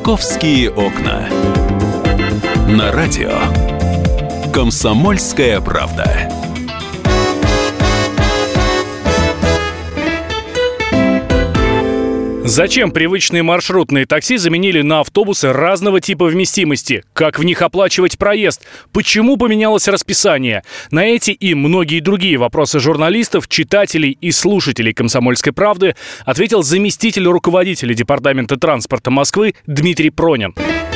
«Московские окна». На радио «Комсомольская правда». Зачем привычные маршрутные такси заменили на автобусы разного типа вместимости? Как в них оплачивать проезд? Почему поменялось расписание? На эти и многие другие вопросы журналистов, читателей и слушателей «Комсомольской правды» ответил заместитель руководителя Департамента транспорта Москвы Дмитрий Пронин.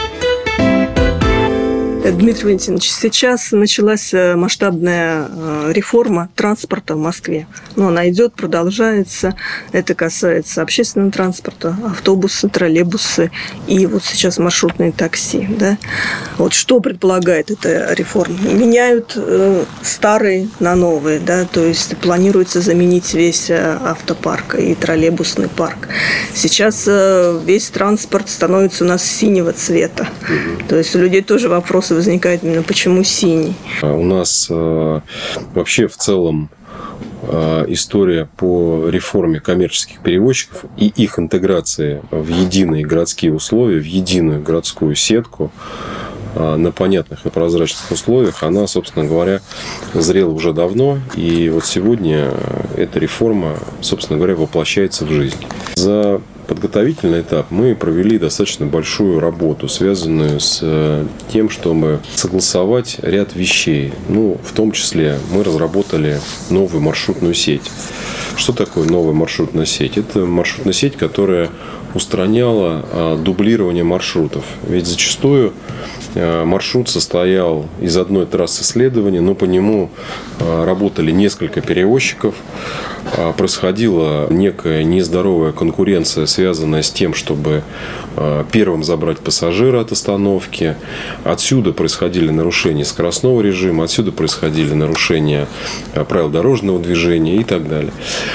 Дмитрий Валентинович, сейчас началась масштабная реформа транспорта в Москве. Она идет, продолжается. Это касается общественного транспорта, автобусы, троллейбусы и вот сейчас маршрутные такси. Да? Вот что предполагает эта реформа? Меняют старые на новые. Да? То есть планируется заменить весь автопарк и троллейбусный парк. Сейчас весь транспорт становится у нас синего цвета. То есть у людей тоже вопросы возникает именно почему синий. У нас вообще в целом история по реформе коммерческих перевозчиков и их интеграции в единые городские условия, в единую городскую сетку на понятных и прозрачных условиях, она, собственно говоря, зрела уже давно. И вот сегодня эта реформа, собственно говоря, воплощается в жизнь. За подготовительный этап мы провели достаточно большую работу, связанную с тем, чтобы согласовать ряд вещей. В том числе мы разработали новую маршрутную сеть. Что такое новая маршрутная сеть? Это маршрутная сеть, которая устраняла дублирование маршрутов. Ведь зачастую маршрут состоял из одной трассы следования, но по нему работали несколько перевозчиков. Происходила некая нездоровая конкуренция, связанная с тем, чтобы первым забрать пассажира от остановки. Отсюда происходили нарушения скоростного режима, отсюда происходили нарушения правил дорожного движения и так далее.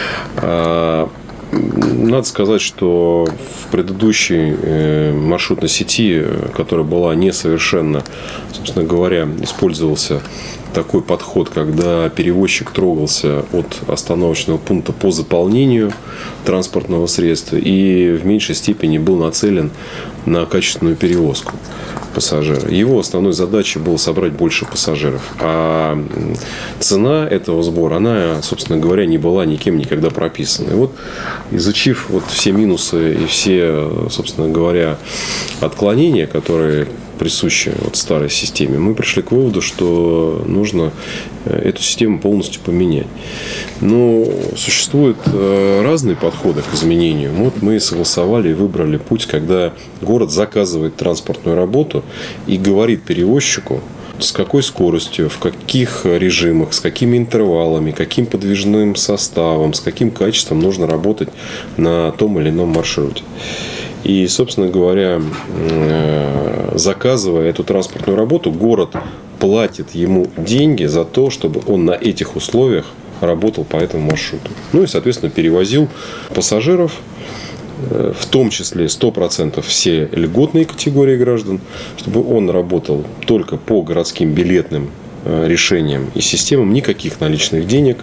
Надо сказать, что в предыдущей маршрутной сети, которая была несовершенна, собственно говоря, использовался такой подход, когда перевозчик трогался от остановочного пункта по заполнению транспортного средства и в меньшей степени был нацелен на качественную перевозку пассажира. Его основной задачей было собрать больше пассажиров. А цена этого сбора, она, собственно говоря, не была никем никогда прописана. И вот, изучив все минусы и все, собственно говоря, отклонения, которые присущи старой системе, мы пришли к выводу, что нужно эту систему полностью поменять. Но существуют разные подходы к изменению. Мы согласовали и выбрали путь, когда город заказывает транспортную работу и говорит перевозчику, с какой скоростью, в каких режимах, с какими интервалами, каким подвижным составом, с каким качеством нужно работать на том или ином маршруте. И, собственно говоря, заказывая эту транспортную работу, город платит ему деньги за то, чтобы он на этих условиях работал по этому маршруту. И, соответственно, перевозил пассажиров, в том числе 100% все льготные категории граждан, чтобы он работал только по городским билетным решениям и системам, никаких наличных денег.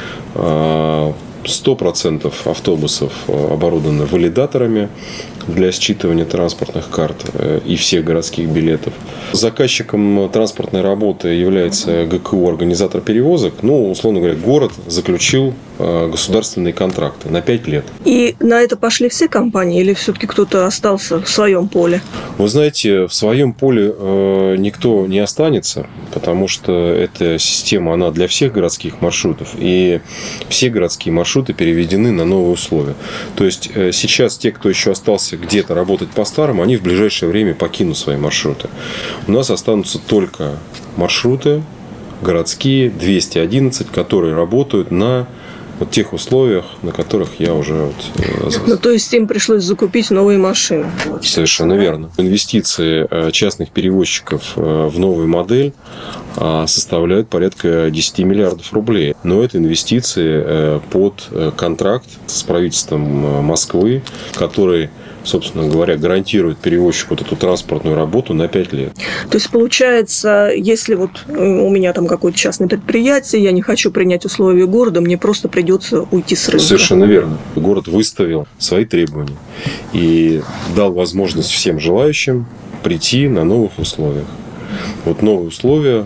100% автобусов оборудованы валидаторами для считывания транспортных карт и всех городских билетов. Заказчиком транспортной работы является ГКУ, организатор перевозок. Условно говоря, город заключил государственные контракты на 5 лет. И на это пошли все компании или все-таки кто-то остался в своем поле? Вы знаете, в своем поле никто не останется, потому что эта система, она для всех городских маршрутов. И все городские маршруты переведены на новые условия. То есть сейчас те, кто еще остался где-то работать по-старому, они в ближайшее время покинут свои маршруты. У нас останутся только маршруты городские 211, которые работают на тех условиях, на которых я уже то есть им пришлось закупить новые машины. Совершенно верно. Инвестиции частных перевозчиков в новую модель составляют порядка 10 миллиардов рублей. Но это инвестиции под контракт с правительством Москвы, который, собственно говоря, гарантирует перевозчику эту транспортную работу на 5 лет. То есть, получается, если у меня там какое-то частное предприятие, я не хочу принять условия города, мне просто придется придется уйти с рынка. Совершенно верно. Город выставил свои требования и дал возможность всем желающим прийти на новых условиях. Вот новые условия.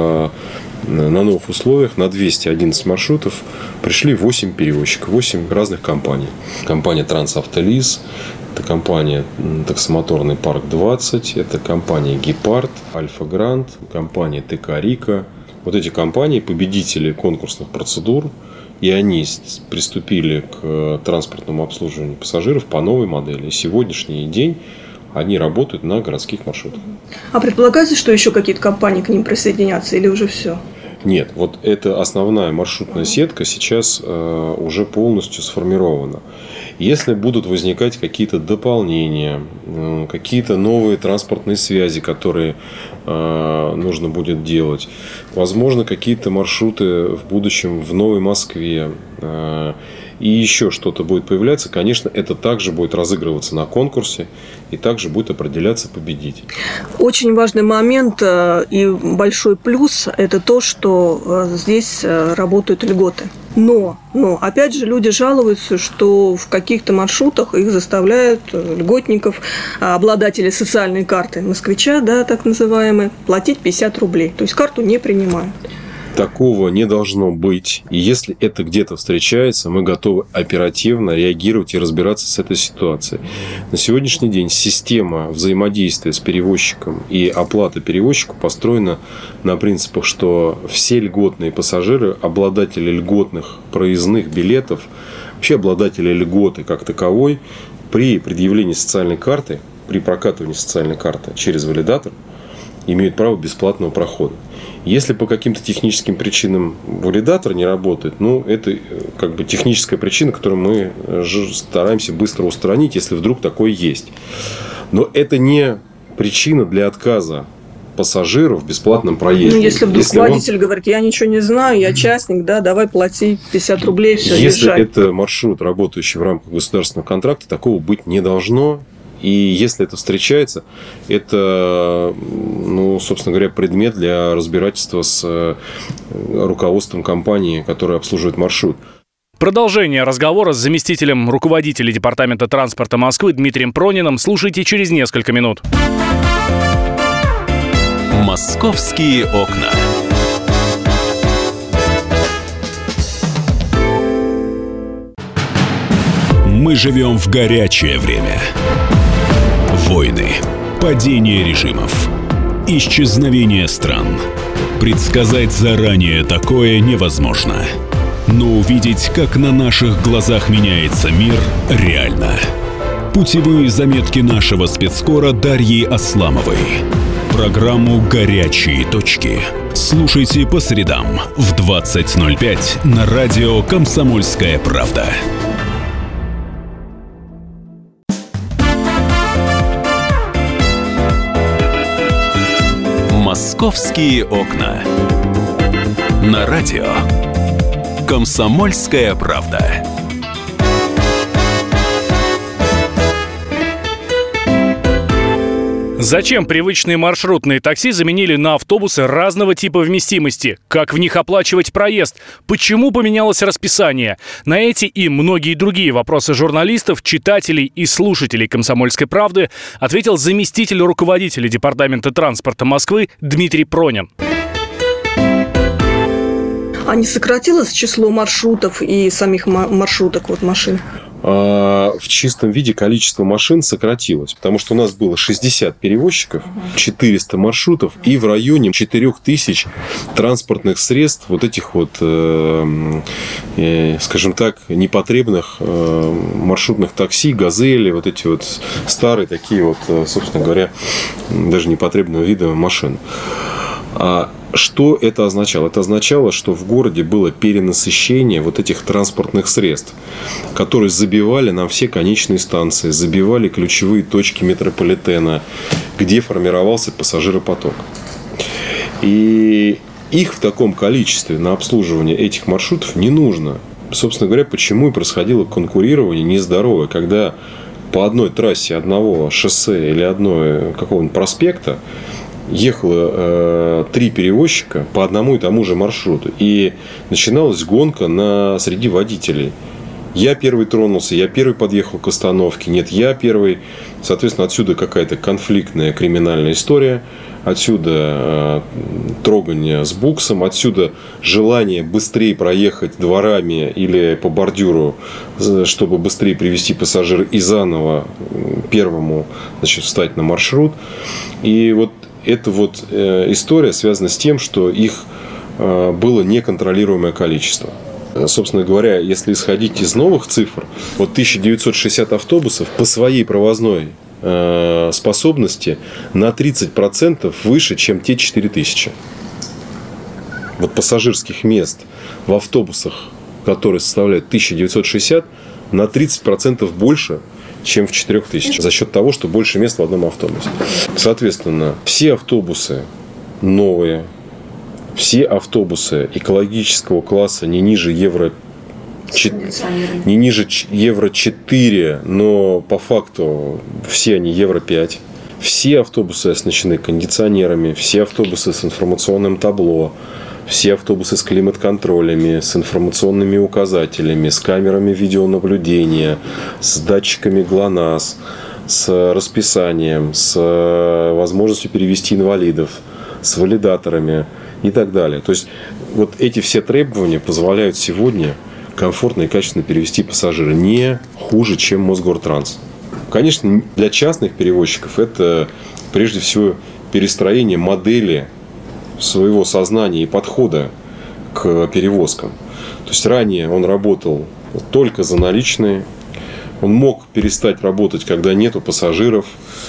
На новых условиях на 211 маршрутов пришли 8 перевозчиков, 8 разных компаний. Компания «Трансавтолиз», это компания «Таксомоторный парк 20», это компания «Гепард», «Альфа-Грант», компания «ТК Рика». Вот эти компании – победители конкурсных процедур, и они приступили к транспортному обслуживанию пассажиров по новой модели. И сегодняшний день они работают на городских маршрутах. А предполагается, что еще какие-то компании к ним присоединятся или уже все? Нет, вот эта основная маршрутная сетка сейчас уже полностью сформирована. Если будут возникать какие-то дополнения, какие-то новые транспортные связи, которые нужно будет делать, возможно, какие-то маршруты в будущем в Новой Москве, и еще что-то будет появляться, конечно, это также будет разыгрываться на конкурсе и также будет определяться победитель. Очень важный момент и большой плюс – это то, что здесь работают льготы. Но, опять же, люди жалуются, что в каких-то маршрутах их заставляют, льготников, обладателей социальной карты москвича, да, так называемой, платить 50 рублей. То есть карту не принимают. Такого не должно быть. И если это где-то встречается, мы готовы оперативно реагировать и разбираться с этой ситуацией. На сегодняшний день система взаимодействия с перевозчиком и оплата перевозчику построена на принципах, что все льготные пассажиры, обладатели льготных проездных билетов, вообще обладатели льготы как таковой, при предъявлении социальной карты, при прокатывании социальной карты через валидатор, имеют право бесплатного прохода. Если по каким-то техническим причинам валидатор не работает, это как бы техническая причина, которую мы стараемся быстро устранить, если вдруг такое есть. Но это не причина для отказа пассажиру в бесплатном проезде. Если вдруг водитель говорит, я ничего не знаю, я частник, да, давай плати 50 рублей, все, если езжай. это маршрут, работающий в рамках государственного контракта, такого быть не должно. И если это встречается, это, собственно говоря, предмет для разбирательства с руководством компании, которая обслуживает маршрут. Продолжение разговора с заместителем руководителя Департамента транспорта Москвы Дмитрием Прониным слушайте через несколько минут. «Московские окна». Мы живем в горячее время. Войны, падение режимов, исчезновение стран. Предсказать заранее такое невозможно. Но увидеть, как на наших глазах меняется мир, реально. Путевые заметки нашего спецкора Дарьи Асламовой. Программу «Горячие точки» слушайте по средам в 20:05 на радио «Комсомольская правда». «Московские окна». На радио «Комсомольская правда». Зачем привычные маршрутные такси заменили на автобусы разного типа вместимости? Как в них оплачивать проезд? Почему поменялось расписание? На эти и многие другие вопросы журналистов, читателей и слушателей «Комсомольской правды» ответил заместитель руководителя Департамента транспорта Москвы Дмитрий Пронин. А не сократилось число маршрутов и самих маршруток машин? В чистом виде количество машин сократилось, потому что у нас было 60 перевозчиков, 400 маршрутов и в районе 4000 транспортных средств, вот этих вот, скажем так, непотребных маршрутных такси, газели, вот эти вот старые такие вот, собственно говоря, даже непотребного вида машин. Что это означало? Это означало, что в городе было перенасыщение вот этих транспортных средств, которые забивали нам все конечные станции, забивали ключевые точки метрополитена, где формировался пассажиропоток. И их в таком количестве на обслуживание этих маршрутов не нужно. Собственно говоря, почему и происходило конкурирование нездоровое, когда по одной трассе одного шоссе или одной какого-нибудь проспекта ехало 3 перевозчика по одному и тому же маршруту. И начиналась гонка среди водителей. Я первый тронулся, я первый подъехал к остановке. Нет, я первый. Соответственно, отсюда какая-то конфликтная криминальная история. Отсюда трогание с буксом. Отсюда желание быстрее проехать дворами или по бордюру, чтобы быстрее привезти пассажира и заново первому, значит, встать на маршрут. И вот эта вот история связана с тем, что их было неконтролируемое количество. Собственно говоря, если исходить из новых цифр, вот 1960 автобусов по своей провозной способности на 30% выше, чем те 4000. Вот пассажирских мест в автобусах, которые составляют 1960, на 30% больше, чем в 4000. За счет того, что больше мест в одном автобусе. Соответственно, все автобусы новые, все автобусы экологического класса не ниже евро 4, но по факту все они евро 5. Все автобусы оснащены кондиционерами, все автобусы с информационным табло, все автобусы с климат-контролями, с информационными указателями, с камерами видеонаблюдения, с датчиками ГЛОНАСС, с расписанием, с возможностью перевести инвалидов, с валидаторами и так далее. То есть, вот эти все требования позволяют сегодня комфортно и качественно перевести пассажира не хуже, чем Мосгортранс. Конечно, для частных перевозчиков это прежде всего перестроение модели своего сознания и подхода к перевозкам. То есть, ранее он работал только за наличные. Он мог перестать работать, когда нету пассажиров.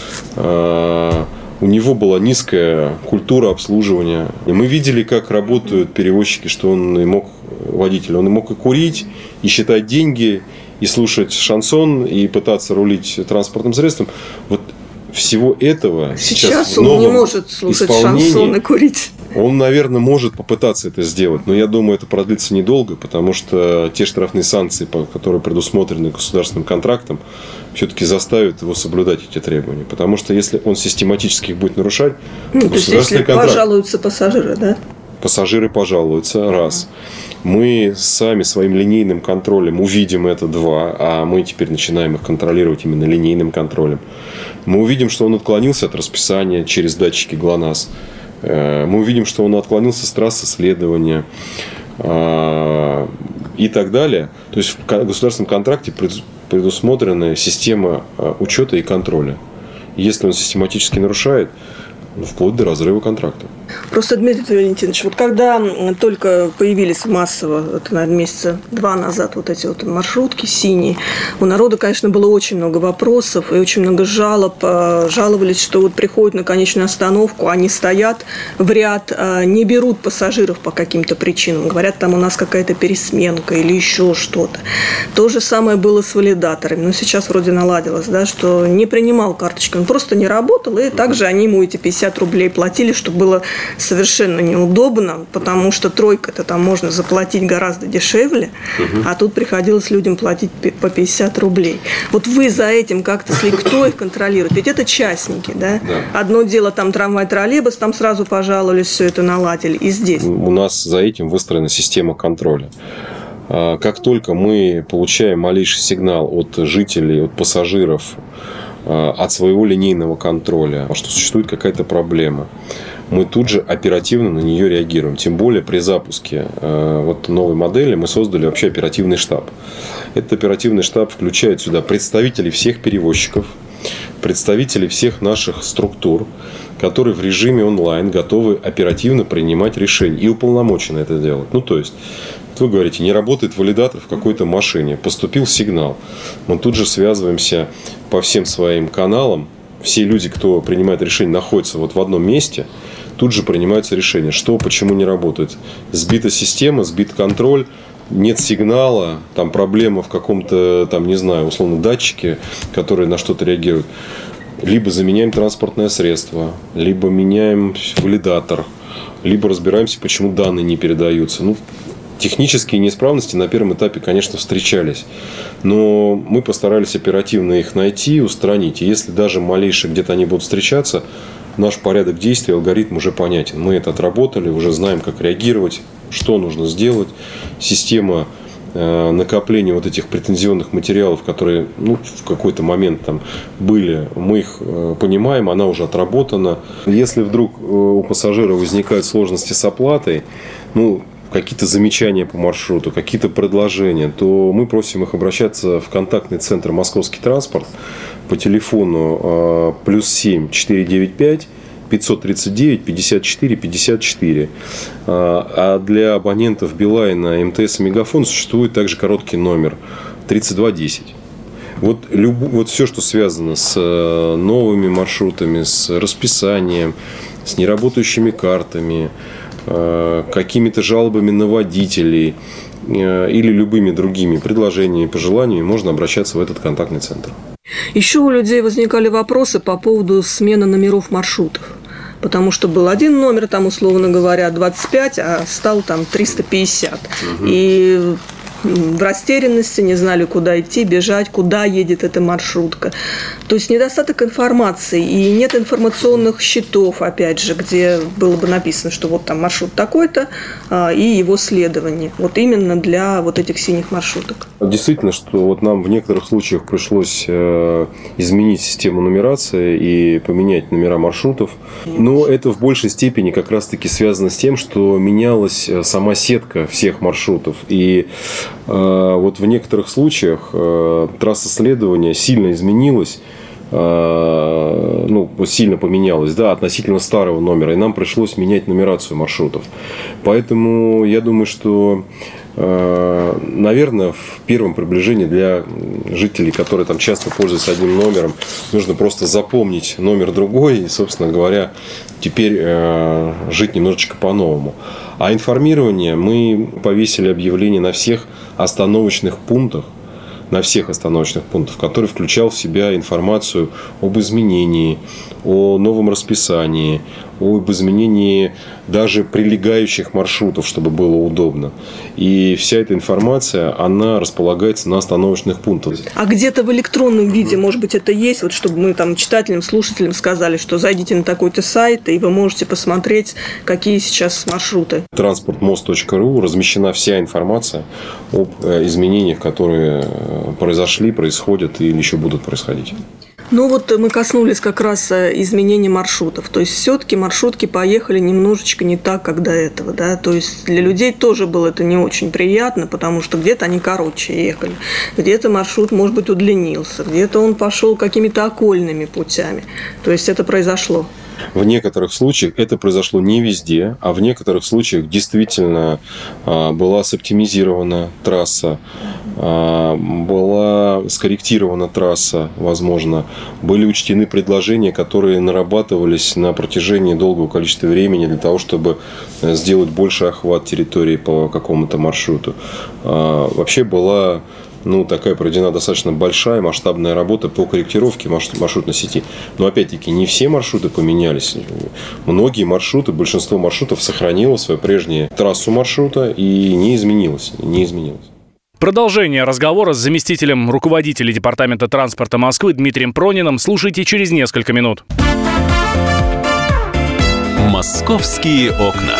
У него была низкая культура обслуживания. И мы видели, как работают перевозчики, что он и мог, водитель, он и мог и курить, и считать деньги, и слушать шансон, и пытаться рулить транспортным средством. Вот всего этого сейчас он не может слушать шансон и курить. Он, наверное, может попытаться это сделать, но я думаю, это продлится недолго, потому что те штрафные санкции, которые предусмотрены государственным контрактом, все-таки заставят его соблюдать эти требования. Потому что если он систематически их будет нарушать, то есть, если пожалуются пассажиры, да? Пассажиры пожалуются, раз. Мы сами своим линейным контролем увидим это, два, а мы теперь начинаем их контролировать именно линейным контролем. Мы увидим, что он отклонился от расписания через датчики ГЛОНАСС. Мы увидим, что он отклонился с трассы следования и так далее. То есть в государственном контракте предусмотрена система учета и контроля. Если он систематически нарушает, вплоть до разрыва контракта. Просто, Дмитрий Валентинович, вот когда только появились массово, это, наверное, месяца 2 назад вот эти вот маршрутки синие, у народа, конечно, было очень много вопросов и очень много жалоб. Жаловались, что вот приходят на конечную остановку, они стоят в ряд, не берут пассажиров по каким-то причинам. Говорят, там у нас какая-то пересменка или еще что-то. То же самое было с валидаторами. Но сейчас вроде наладилось, да, что не принимал карточки, он просто не работал, и также они ему эти 50 рублей платили, что было совершенно неудобно, потому что тройка-то там можно заплатить гораздо дешевле, а тут приходилось людям платить по 50 рублей. Вот вы за этим как-то следите, кто их контролирует? Ведь это частники, да? Одно дело там трамвай, троллейбус, там сразу пожаловались, все это наладили. И здесь. У нас за этим выстроена система контроля. Как только мы получаем малейший сигнал от жителей, от пассажиров, от своего линейного контроля, что существует какая-то проблема, мы тут же оперативно на нее реагируем. Тем более при запуске вот новой модели мы создали вообще оперативный штаб. Этот оперативный штаб включает сюда представителей всех перевозчиков, представителей всех наших структур, которые в режиме онлайн готовы оперативно принимать решения и уполномочены это делать. Ну, то есть, вы говорите, не работает валидатор в какой-то машине, поступил сигнал. Мы тут же связываемся по всем своим каналам. Все люди, кто принимает решение, находятся вот в одном месте. Тут же принимаются решения, что, почему не работает. Сбита система, сбит контроль, нет сигнала, там проблема в каком-то, там, не знаю, условно, датчике, которые на что-то реагируют. Либо заменяем транспортное средство, либо меняем валидатор, либо разбираемся, почему данные не передаются. Ну, технические неисправности на первом этапе, конечно, встречались. Но мы постарались оперативно их найти, устранить. И если даже малейшие где-то они будут встречаться, наш порядок действий, алгоритм уже понятен. Мы это отработали, уже знаем, как реагировать, что нужно сделать. Система накопления вот этих претензионных материалов, которые в какой-то момент там были, мы их понимаем, она уже отработана. Если вдруг у пассажира возникают сложности с оплатой, какие-то замечания по маршруту, какие-то предложения, то мы просим их обращаться в контактный центр «Московский транспорт» по телефону +7 495 539 54 54. А для абонентов Билайна, МТС и Мегафон существует также короткий номер 3210. Вот все, что связано с новыми маршрутами, с расписанием, с неработающими картами, какими-то жалобами на водителей или любыми другими предложениями, пожеланиями, можно обращаться в этот контактный центр. Еще у людей возникали вопросы по поводу смены номеров маршрутов. Потому что был один номер, там, условно говоря, 25, а стал там 350. И в растерянности не знали, куда идти, бежать, куда едет эта маршрутка. То есть недостаток информации. И нет информационных щитов, опять же, где было бы написано, что вот там маршрут такой-то и его следование. Вот именно для вот этих синих маршруток. Действительно, что вот нам в некоторых случаях пришлось изменить систему нумерации и поменять номера маршрутов. Но это в большей степени как раз-таки связано с тем, что менялась сама сетка всех маршрутов. И вот в некоторых случаях трасса следования сильно изменилась, сильно поменялась, относительно старого номера, и нам пришлось менять нумерацию маршрутов. Поэтому я думаю, что, наверное, в первом приближении для жителей, которые там часто пользуются одним номером, нужно просто запомнить номер другой и, собственно говоря, теперь жить немножечко по-новому. А информирование мы повесили объявление на всех остановочных пунктах, который включал в себя информацию об изменении, о новом расписании, об изменении даже прилегающих маршрутов, чтобы было удобно. И вся эта информация, она располагается на остановочных пунктах. А где-то в электронном виде, может быть, это есть, вот чтобы мы там читателям, слушателям сказали, что зайдите на такой-то сайт, и вы можете посмотреть, какие сейчас маршруты. Transportmost.ru размещена вся информация об изменениях, которые произошли, происходят или еще будут происходить. Мы коснулись как раз изменений маршрутов. То есть, все-таки маршрутки поехали немножечко не так, как до этого. Да? То есть, для людей тоже было это не очень приятно, потому что где-то они короче ехали, где-то маршрут, может быть, удлинился, где-то он пошел какими-то окольными путями. То есть, это произошло. В некоторых случаях это произошло не везде, а в некоторых случаях действительно была соптимизирована трасса, была скорректирована трасса, возможно, были учтены предложения, которые нарабатывались на протяжении долгого количества времени для того, чтобы сделать больший охват территории по какому-то маршруту. Вообще была такая проведена достаточно большая масштабная работа по корректировке маршрутной сети. Но, опять-таки, не все маршруты поменялись. Многие маршруты, большинство маршрутов сохранило свою прежнюю трассу маршрута и не изменилось. Продолжение разговора с заместителем руководителя Департамента транспорта Москвы Дмитрием Прониным слушайте через несколько минут. «Московские окна».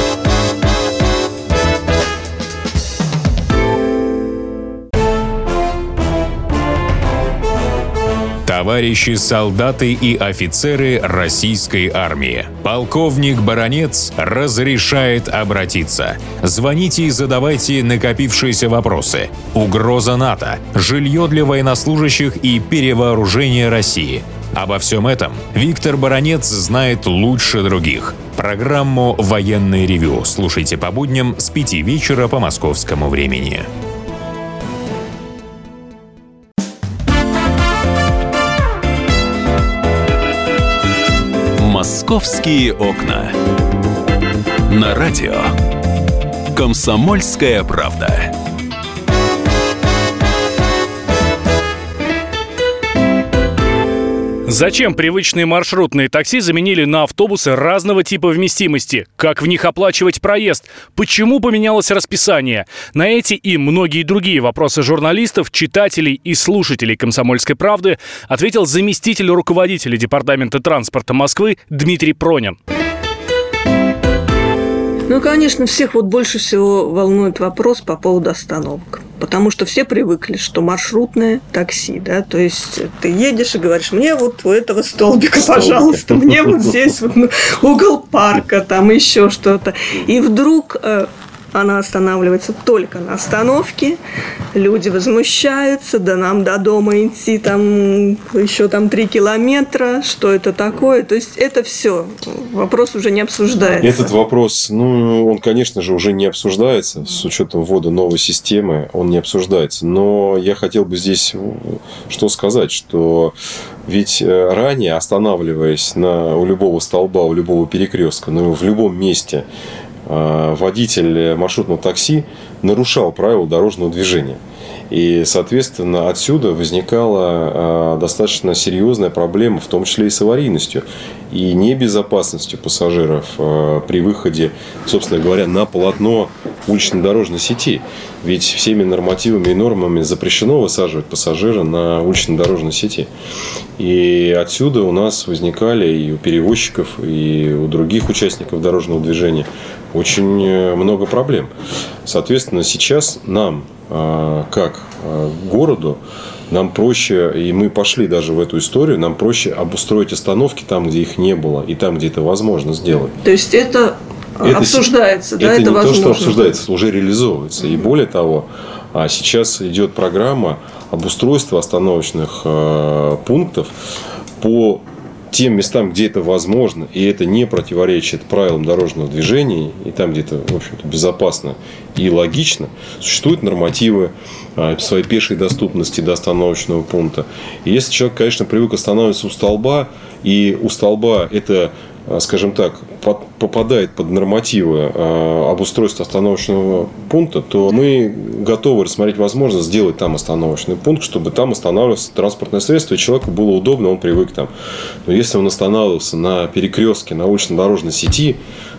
Товарищи солдаты и офицеры российской армии. Полковник Баранец разрешает обратиться. Звоните и задавайте накопившиеся вопросы. Угроза НАТО, жилье для военнослужащих и перевооружение России. Обо всем этом Виктор Баранец знает лучше других. Программу «Военное ревю» слушайте по будням с 5 вечера по московскому времени. «Московские окна». На радио «Комсомольская правда». Зачем привычные маршрутные такси заменили на автобусы разного типа вместимости? Как в них оплачивать проезд? Почему поменялось расписание? На эти и многие другие вопросы журналистов, читателей и слушателей «Комсомольской правды» ответил заместитель руководителя Департамента транспорта Москвы Дмитрий Пронин. Ну, конечно, всех вот больше всего волнует вопрос по поводу остановок. Потому что все привыкли, что маршрутное такси, да, то есть ты едешь и говоришь, мне вот у этого столбика, пожалуйста, мне вот здесь вот угол парка, там еще что-то. И вдруг она останавливается только на остановке, люди возмущаются, да нам до дома идти там еще там 3 километра, что это такое, то есть это все, вопрос уже не обсуждается. Этот вопрос, он, конечно же, уже не обсуждается, с учетом ввода новой системы, он не обсуждается, но я хотел бы здесь что сказать, что ведь ранее, останавливаясь у любого столба, у любого перекрестка, в любом месте, водитель маршрутного такси нарушал правила дорожного движения. И, соответственно, отсюда возникала достаточно серьезная проблема, в том числе и с аварийностью и небезопасностью пассажиров при выходе, собственно говоря, на полотно улично-дорожной сети. Ведь всеми нормативами и нормами запрещено высаживать пассажира на улично-дорожной сети. И отсюда у нас возникали и у перевозчиков, и у других участников дорожного движения очень много проблем. Соответственно, сейчас нам, как городу, нам проще, и мы пошли даже в эту историю, нам проще обустроить остановки там, где их не было, и там, где это возможно сделать. То есть это обсуждается, да, это не возможно. То, что обсуждается, уже реализовывается. И более того, сейчас идет программа обустройства остановочных пунктов по тем местам, где это возможно, и это не противоречит правилам дорожного движения, и там, где это, в общем-то, безопасно и логично, существуют нормативы своей пешей доступности до остановочного пункта. И если человек, конечно, привык останавливаться у столба, и у столба это, скажем так, попадает под нормативы обустройства остановочного пункта, то мы готовы рассмотреть возможность сделать там остановочный пункт, чтобы там останавливался транспортное средство, и человеку было удобно, он привык там. Но если он останавливался на перекрестке, на улично-дорожной сети,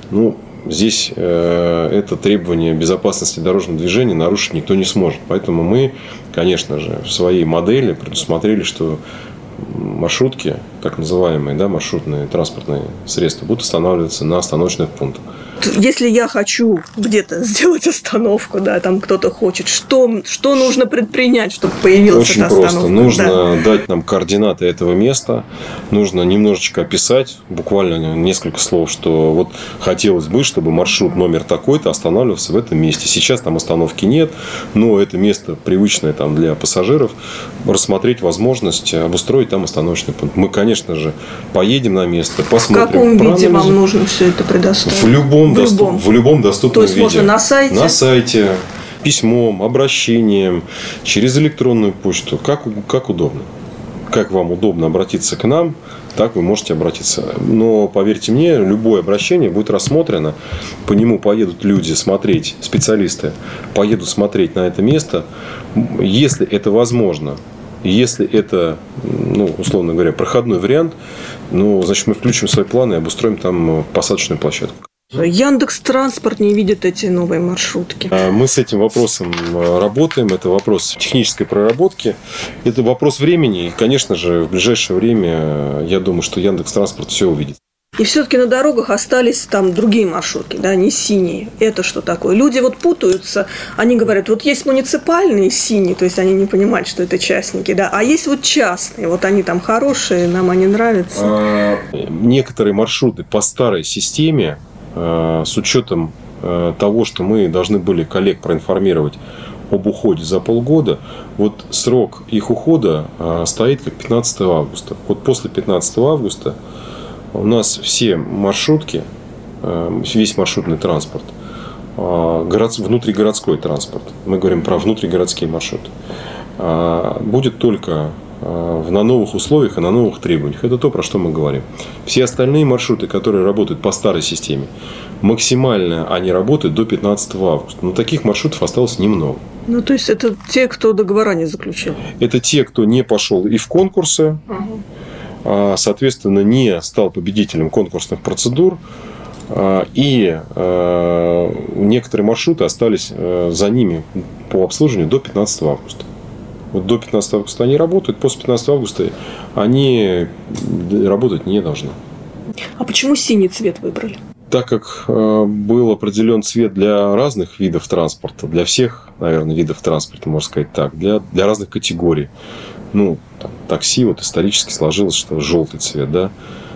здесь это требование безопасности дорожного движения нарушить никто не сможет. Поэтому мы, конечно же, в своей модели предусмотрели, что маршрутки, так называемые, маршрутные транспортные средства, будут останавливаться на остановочных пунктах. Если я хочу где-то сделать остановку, там кто-то хочет, что нужно предпринять, чтобы появилась эта остановка? Очень просто. Нужно дать нам координаты этого места, нужно немножечко описать, буквально несколько слов, что вот хотелось бы, чтобы маршрут номер такой-то останавливался в этом месте. Сейчас там остановки нет, но это место привычное для пассажиров. Рассмотреть возможность обустроить там остановочный пункт. Мы, конечно же, поедем на место, посмотрим. В каком виде вам нужно все это предоставить? В любом доступном виде. То есть можно на сайте? На сайте, письмом, обращением, через электронную почту. Как удобно. Как вам удобно обратиться к нам, так вы можете обратиться. Но, поверьте мне, любое обращение будет рассмотрено. По нему поедут люди смотреть, специалисты поедут смотреть на это место. Если это возможно, если это, условно говоря, проходной вариант, значит, мы включим свои планы и обустроим там посадочную площадку. Яндекс.Транспорт не видит эти новые маршрутки. Мы с этим вопросом работаем. Это вопрос технической проработки. Это вопрос времени. И, конечно же, в ближайшее время, я думаю, что Яндекс.Транспорт все увидит. И все-таки на дорогах остались там другие маршрутки, не синие. Это что такое? Люди путаются, они говорят, есть муниципальные синие, то есть они не понимают, что это частники, а есть частные, они там хорошие, нам они нравятся. Некоторые маршруты по старой системе, с учетом того, что мы должны были коллег проинформировать об уходе за полгода, срок их ухода стоит как 15 августа. После 15 августа у нас все маршрутки, весь маршрутный транспорт, внутригородской транспорт, мы говорим про внутригородские маршруты, будет только на новых условиях и на новых требованиях. Это то, про что мы говорим. Все остальные маршруты, которые работают по старой системе, максимально они работают до 15 августа. Но таких маршрутов осталось немного. То есть это те, кто договора не заключил? Это те, кто не пошел и в конкурсы, соответственно, не стал победителем конкурсных процедур, и некоторые маршруты остались за ними по обслуживанию до 15 августа. Вот до 15 августа они работают, после 15 августа они работать не должны. А почему синий цвет выбрали? Так как был определен цвет для разных видов транспорта, для всех, наверное, видов транспорта, можно сказать так, для разных категорий. Ну, там, такси вот исторически сложилось, что желтый цвет, да,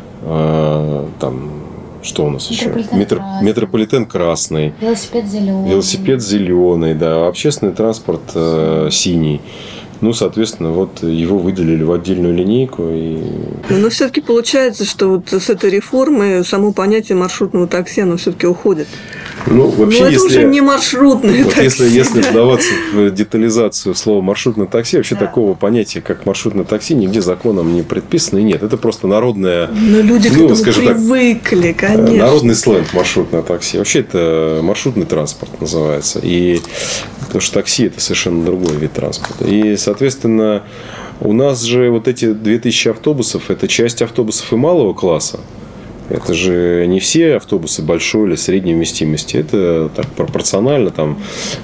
там, что у нас еще? Метрополитен красный. Велосипед зеленый, да. Общественный транспорт синий. Ну, соответственно, вот его выделили в отдельную линейку. Но все-таки получается, что вот с этой реформы само понятие маршрутного такси, оно все-таки уходит. Ну, вообще, это уже не маршрутное вот такси. Если вдаваться в детализацию слова маршрутное такси, вообще такого понятия, как маршрутное такси, нигде законом не предписано и нет. Это просто народное... Но люди к этому привыкли, конечно. Народный сленг маршрутное такси. Вообще это маршрутный транспорт называется. Потому что такси – это совершенно другой вид транспорта. И, соответственно, у нас же вот эти 2000 автобусов – это часть автобусов и малого класса. Это же не все автобусы большой или средней вместимости. Это так пропорционально там,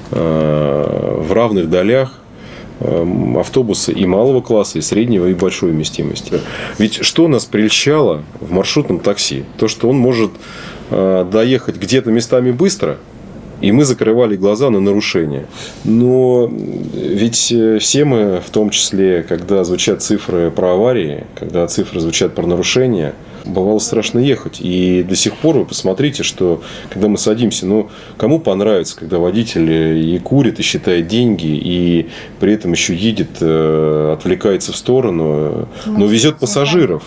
в равных долях автобусы и малого класса, и среднего, и большой вместимости. Ведь что нас прельщало в маршрутном такси? То, что он может доехать где-то местами быстро, и мы закрывали глаза на нарушения. Но ведь все мы, в том числе, когда звучат цифры про аварии, когда цифры звучат про нарушения, бывало страшно ехать. И до сих пор вы посмотрите, что когда мы садимся, кому понравится, когда водитель и курит, и считает деньги, и при этом еще едет, отвлекается в сторону, но везет пассажиров.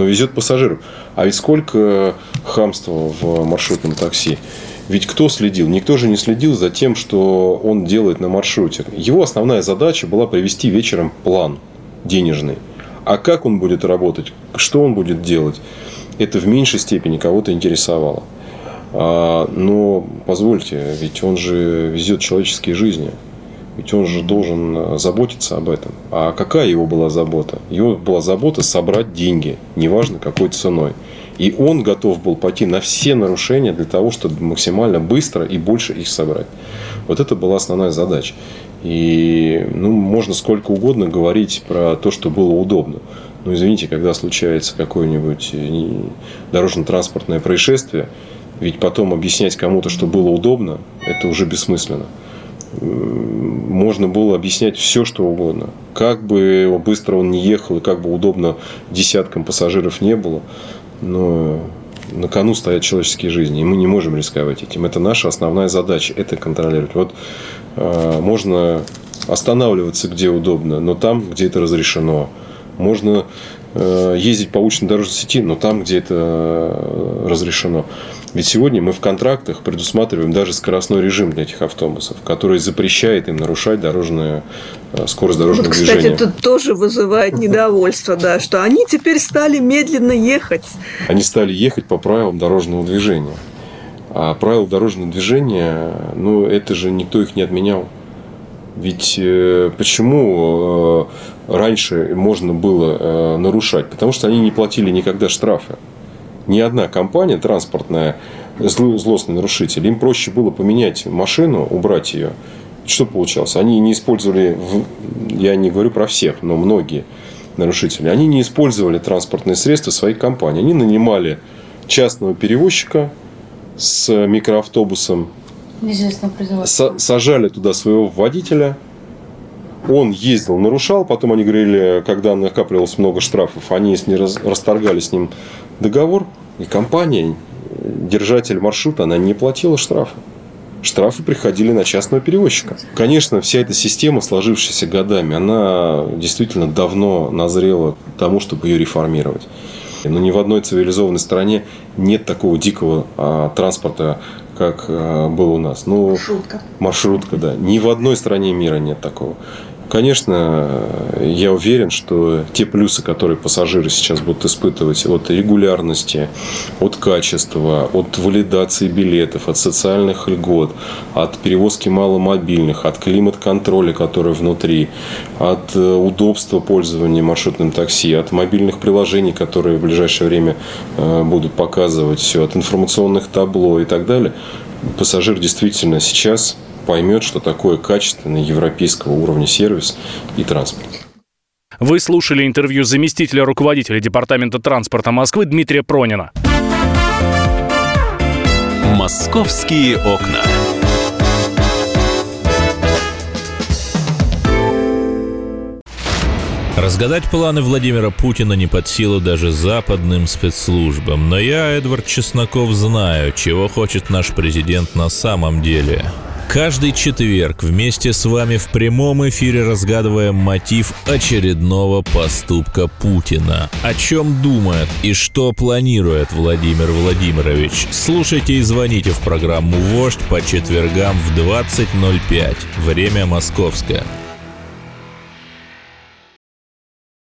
А ведь сколько хамства в маршрутном такси. Ведь кто следил? Никто же не следил за тем, что он делает на маршруте. Его основная задача была привести вечером план денежный. А как он будет работать, что он будет делать, это в меньшей степени кого-то интересовало. Но, позвольте, ведь он же везет человеческие жизни. Ведь он же должен заботиться об этом. А какая его была забота? Его была забота собрать деньги, неважно какой ценой. И он готов был пойти на все нарушения для того, чтобы максимально быстро и больше их собрать. Вот это была основная задача. И можно сколько угодно говорить про то, что было удобно. Но извините, когда случается какое-нибудь дорожно-транспортное происшествие, ведь потом объяснять кому-то, что было удобно, это уже бессмысленно. Можно было объяснять все, что угодно. Как бы быстро он не ехал, и как бы удобно десяткам пассажиров не было. Но на кону стоят человеческие жизни, и мы не можем рисковать этим. Это наша основная задача, это контролировать. Вот можно останавливаться где удобно, но там, где это разрешено. Можно ездить по уличной дорожной сети, но там, где это разрешено. Ведь сегодня мы в контрактах предусматриваем даже скоростной режим для этих автобусов, который запрещает им нарушать скорость дорожного движения. Кстати, это тоже вызывает недовольство, да, что они теперь стали медленно ехать. Они стали ехать по правилам дорожного движения. А правила дорожного движения, это же никто их не отменял. Ведь почему раньше можно было нарушать? Потому что они не платили никогда штрафы. Ни одна компания транспортная, злостный нарушитель, им проще было поменять машину, убрать ее. Что получалось? Они не использовали, я не говорю про всех, но многие нарушители, они не использовали транспортные средства своей компании. Они нанимали частного перевозчика с микроавтобусом, сажали туда своего водителя, он ездил, нарушал, потом они говорили, когда накапливалось много штрафов, они расторгали с ним договор, и компания, держатель маршрута, она не платила штрафы. Штрафы приходили на частного перевозчика. Конечно, вся эта система, сложившаяся годами, она действительно давно назрела к тому, чтобы ее реформировать. Но ни в одной цивилизованной стране нет такого дикого транспорта, как был у нас. Маршрутка, да. Ни в одной стране мира нет такого. Конечно, я уверен, что те плюсы, которые пассажиры сейчас будут испытывать от регулярности, от качества, от валидации билетов, от социальных льгот, от перевозки маломобильных, от климат-контроля, который внутри, от удобства пользования маршрутным такси, от мобильных приложений, которые в ближайшее время будут показывать все, от информационных табло и так далее, пассажир действительно сейчас поймет, что такое качественный европейского уровня сервис и транспорт. Вы слушали интервью заместителя руководителя Департамента транспорта Москвы Дмитрия Пронина. «Московские окна». Разгадать планы Владимира Путина не под силу даже западным спецслужбам. Но я, Эдвард Чесноков, знаю, чего хочет наш президент на самом деле. Каждый четверг вместе с вами в прямом эфире разгадываем мотив очередного поступка Путина. О чем думает и что планирует Владимир Владимирович? Слушайте и звоните в программу «Вождь» по четвергам в 20:05. Время московское.